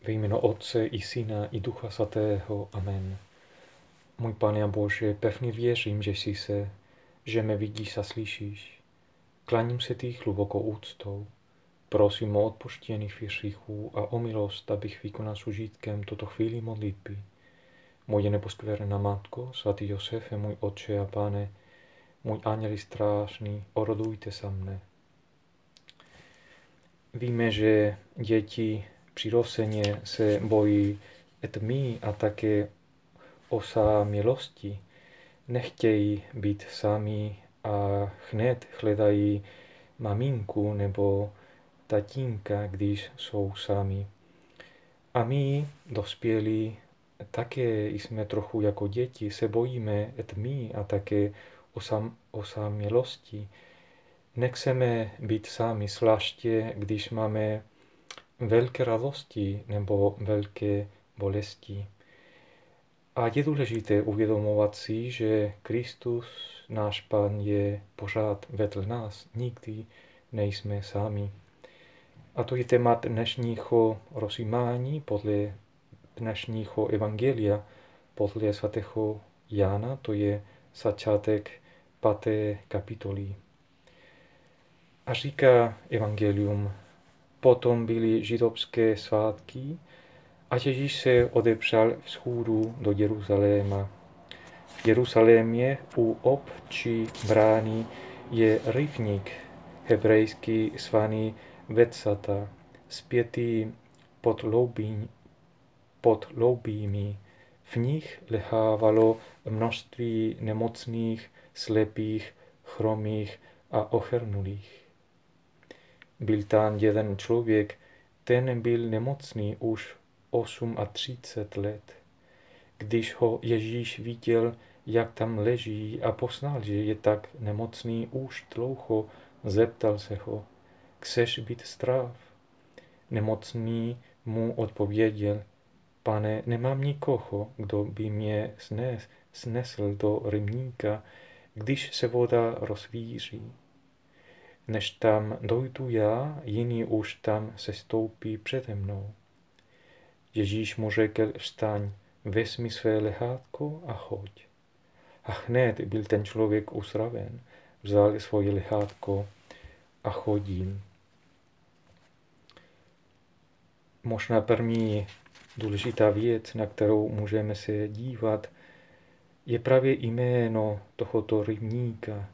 Ve jméno Otce i Syna i Ducha Svatého. Amen. Můj Pane a Bože, pevně věřím, že jsi se, že mě vidíš a slyšíš. Klaním se ti hlubokou úctou. Prosím o odpuštění hříchů a o milost, abych vykonal s užitkem tuto chvíli modlitby. Moje neposkvrněná Matko, svatý Josefe, můj Otče a Pane, můj anděli strážný, orodujte za mne. Víme, že děti přirozeně se bojí tmy a také osamělosti. Nechtějí být sami a hned hledají maminku nebo tatínka, když jsou sami. A my, dospělí, také jsme trochu jako děti, se bojíme tmy a také osamělosti. Nechceme být sami, zvláště když máme velké radosti nebo velké bolesti. A je důležité uvědomovat si, že Kristus, náš Pán, je pořád vedle nás. Nikdy nejsme sami. A to je téma dnešního rozjímání podle dnešního evangelia, podle svatého Jana, to je začátek 5. kapitoly. A říká evangelium, potom byly židovské svátky a Ježíš se odebřel vzhůru do Jeruzaléma. V Jeruzalémě u občí brány je rybník, hebrejsky zvaný Betzata, zpětý pod loubími. V nich lehávalo množství nemocných, slepých, chromých a ochrnulých. Byl tam jeden člověk, ten byl nemocný už 38 let. Když ho Ježíš viděl, jak tam leží a poznal, že je tak nemocný už dlouho, zeptal se ho, chceš být zdrav? Nemocný mu odpověděl, Pane, nemám nikoho, kdo by mě snesl do rybníka, když se voda rozvíří. Než tam dojdu já, jiný už tam sestoupí přede mnou. Ježíš mu řekl, vstaň, vezmi své lehátko a choď. A hned byl ten člověk uzdraven, vzal svoje lehátko a chodil. Možná první důležitá věc, na kterou můžeme se dívat, je právě jméno tohoto rybníka.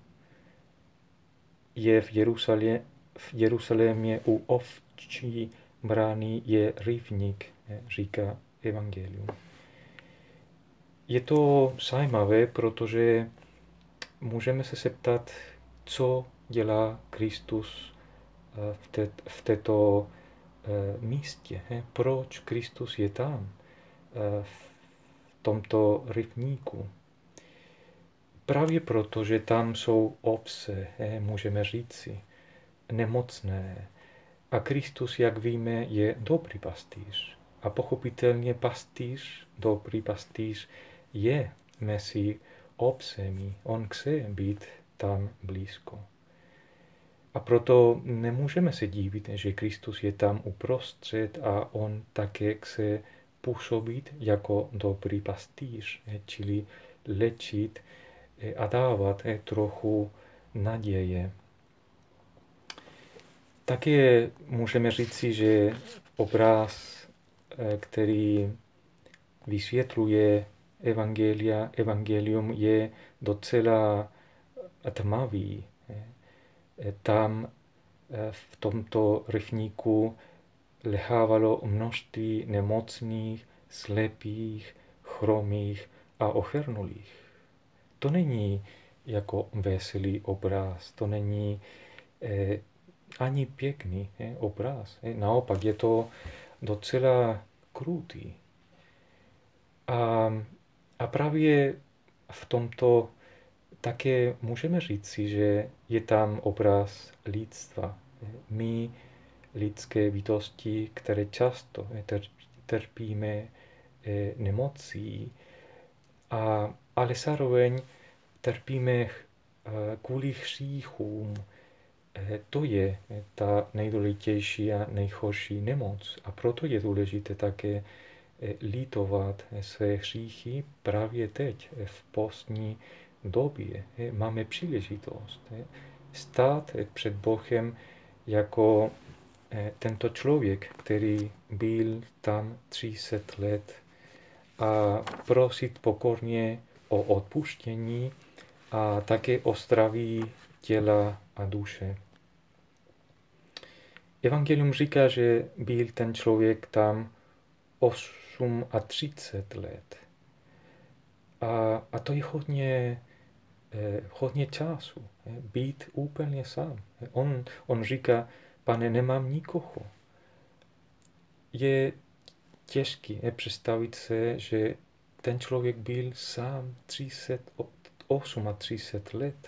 Je v Jeruzalémě u ovčí brány je rybník, říká evangelium. Je to zajímavé, protože můžeme se zeptat, co dělá Kristus v této místě. Proč Kristus je tam, v tomto rybníku? Právě proto, že tam jsou ovce, můžeme říci, nemocné. A Kristus, jak víme, je dobrý pastýř. A pochopitelně pastýř, dobrý pastýř, je mezi ovcemi. On chce být tam blízko. A proto nemůžeme se divit, že Kristus je tam uprostřed a on také chce působit jako dobrý pastýř, čili léčit a dávat trochu naděje. Také můžeme říci, že obraz, který vysvětluje evangelium, je docela tmavý. Tam v tomto rybníku lehávalo množství nemocných, slepých, chromých a ochrnulých. To není jako veselý obraz, to není ani pěkný obraz. Naopak je to docela krutý. A právě v tomto také můžeme říci, že je tam obraz lidstva. My, lidské bytosti, které často trpíme nemocí, ale zároveň trpíme kvůli hříchům, To je ta nejdůležitější a nejhorší nemoc. A proto je důležité také litovat své hříchy právě teď, v postní době. Máme příležitost stát před Bohem jako tento člověk, který byl tam 300 let, a prosit pokorně o odpuštění a také o zdraví těla a duše. Evangelium říká, že byl ten člověk tam 38 let. A to je hodně času, být úplně sám. On říká, Pane, nemám nikoho. Je těžké představit se, že ten člověk byl sám 38 let.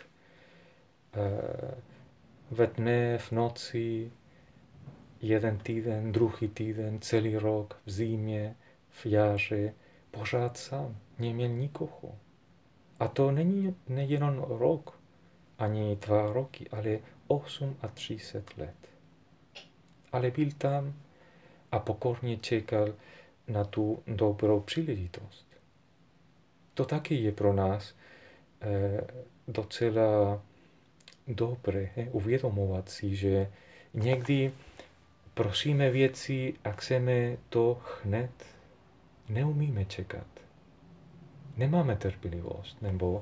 Ve dne, v noci, jeden týden, druhý týden, celý rok, v zimě, v jaře, pořád sám, neměl nikoho. A to není nejenom rok, ani 2 roky, ale 38 let. Ale byl tam a pokorně čekal na tu dobrou příležitost. To taky je pro nás docela dobré uvědomovat si, že někdy prosíme věci a chceme to hned. Neumíme čekat. Nemáme trpělivost, nebo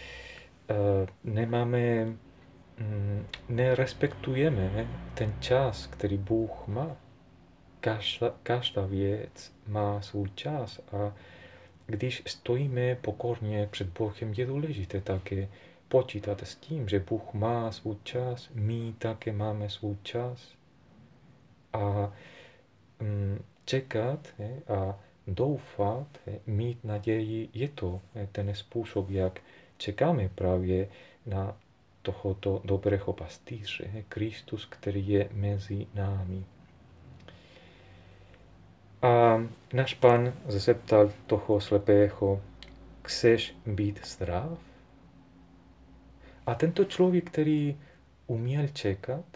nerespektujeme ten čas, který Bůh má. Každá věc má svůj čas a když stojíme pokorně před Bohem, je důležité také počítat s tím, že Bůh má svůj čas, my také máme svůj čas. A čekat a doufat, mít naději, je to ten způsob, jak čekáme právě na tohoto dobrého pastýře, Kristus, který je mezi námi. A náš Pán zeptal toho slepého, chceš být zdrav? A tento člověk, který uměl čekat,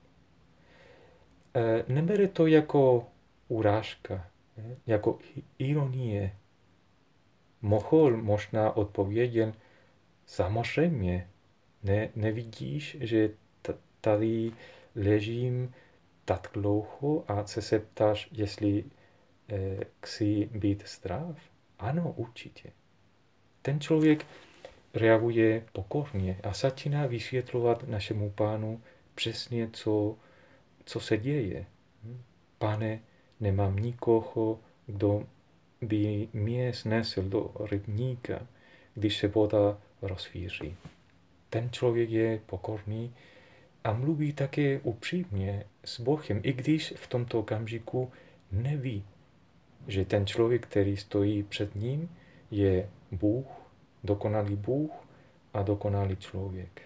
nebere to jako urážka, jako ironie. Mohl možná odpovědět, samozřejmě, nevidíš, že tady ležím tak dlouho a se ptáš, jestli chci být zdrav? Ano, určitě. Ten člověk reaguje pokorně a začíná vysvětlovat našemu Pánu přesně, co se děje. Pane, nemám nikoho, kdo by mě snesl do rybníka, když se voda rozvíří. Ten člověk je pokorný a mluví také upřímně s Bohem, i když v tomto okamžiku neví, že ten člověk, který stojí před ním, je Bůh, dokonalý Bůh a dokonalý člověk.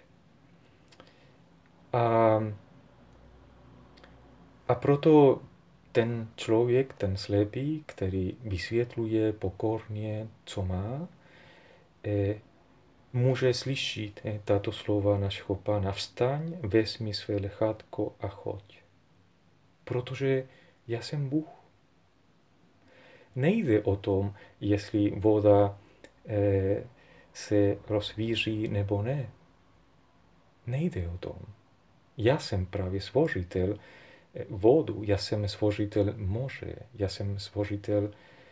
A proto ten člověk, ten slepý, který vysvětluje pokorně, co má, může slyšet tato slova našeho Pána. Vstaň, vezmi své lehátko a choď. Protože já jsem Bůh. Nejde o tom, jestli voda se rozvíří nebo ne. Nejde o tom. Já jsem právě stvořitel vodu, já jsem stvořitel moře, já jsem stvořitel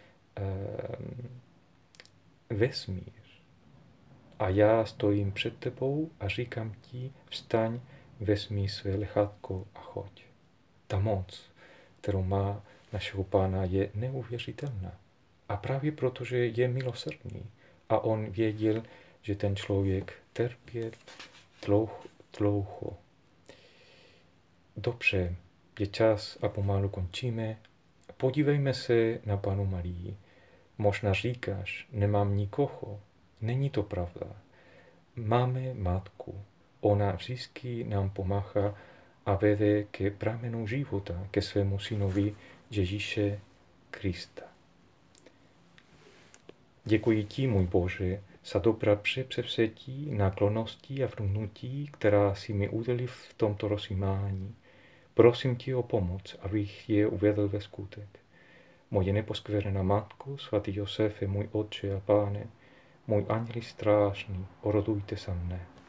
vesmír. A já stojím před tebou a říkám ti, vstaň, vezmi své lehátko a choď. Ta moc, kterou má našeho Pána, je neuvěřitelná. A právě protože je milosrdný. A on věděl, že ten člověk trpěl dlouho. Dobře, je čas a pomalu končíme. Podívejme se na Pannu Marii. Možná říkáš, nemám nikoho. Není to pravda. Máme matku. Ona vždycky nám pomáhá a vede ke pramenu života, ke svému synovi Ježíše Krista. Děkuji ti, můj Bože, sa doprat při převzetí náklonností a vnutí, která si mi udělí v tomto rozjímání. Prosím tě o pomoc, abych je uvedl ve skutek. Moje neposkvrněná matko, svatý Josefe, můj otče a páne, můj anděli strážný, orodujte za mne.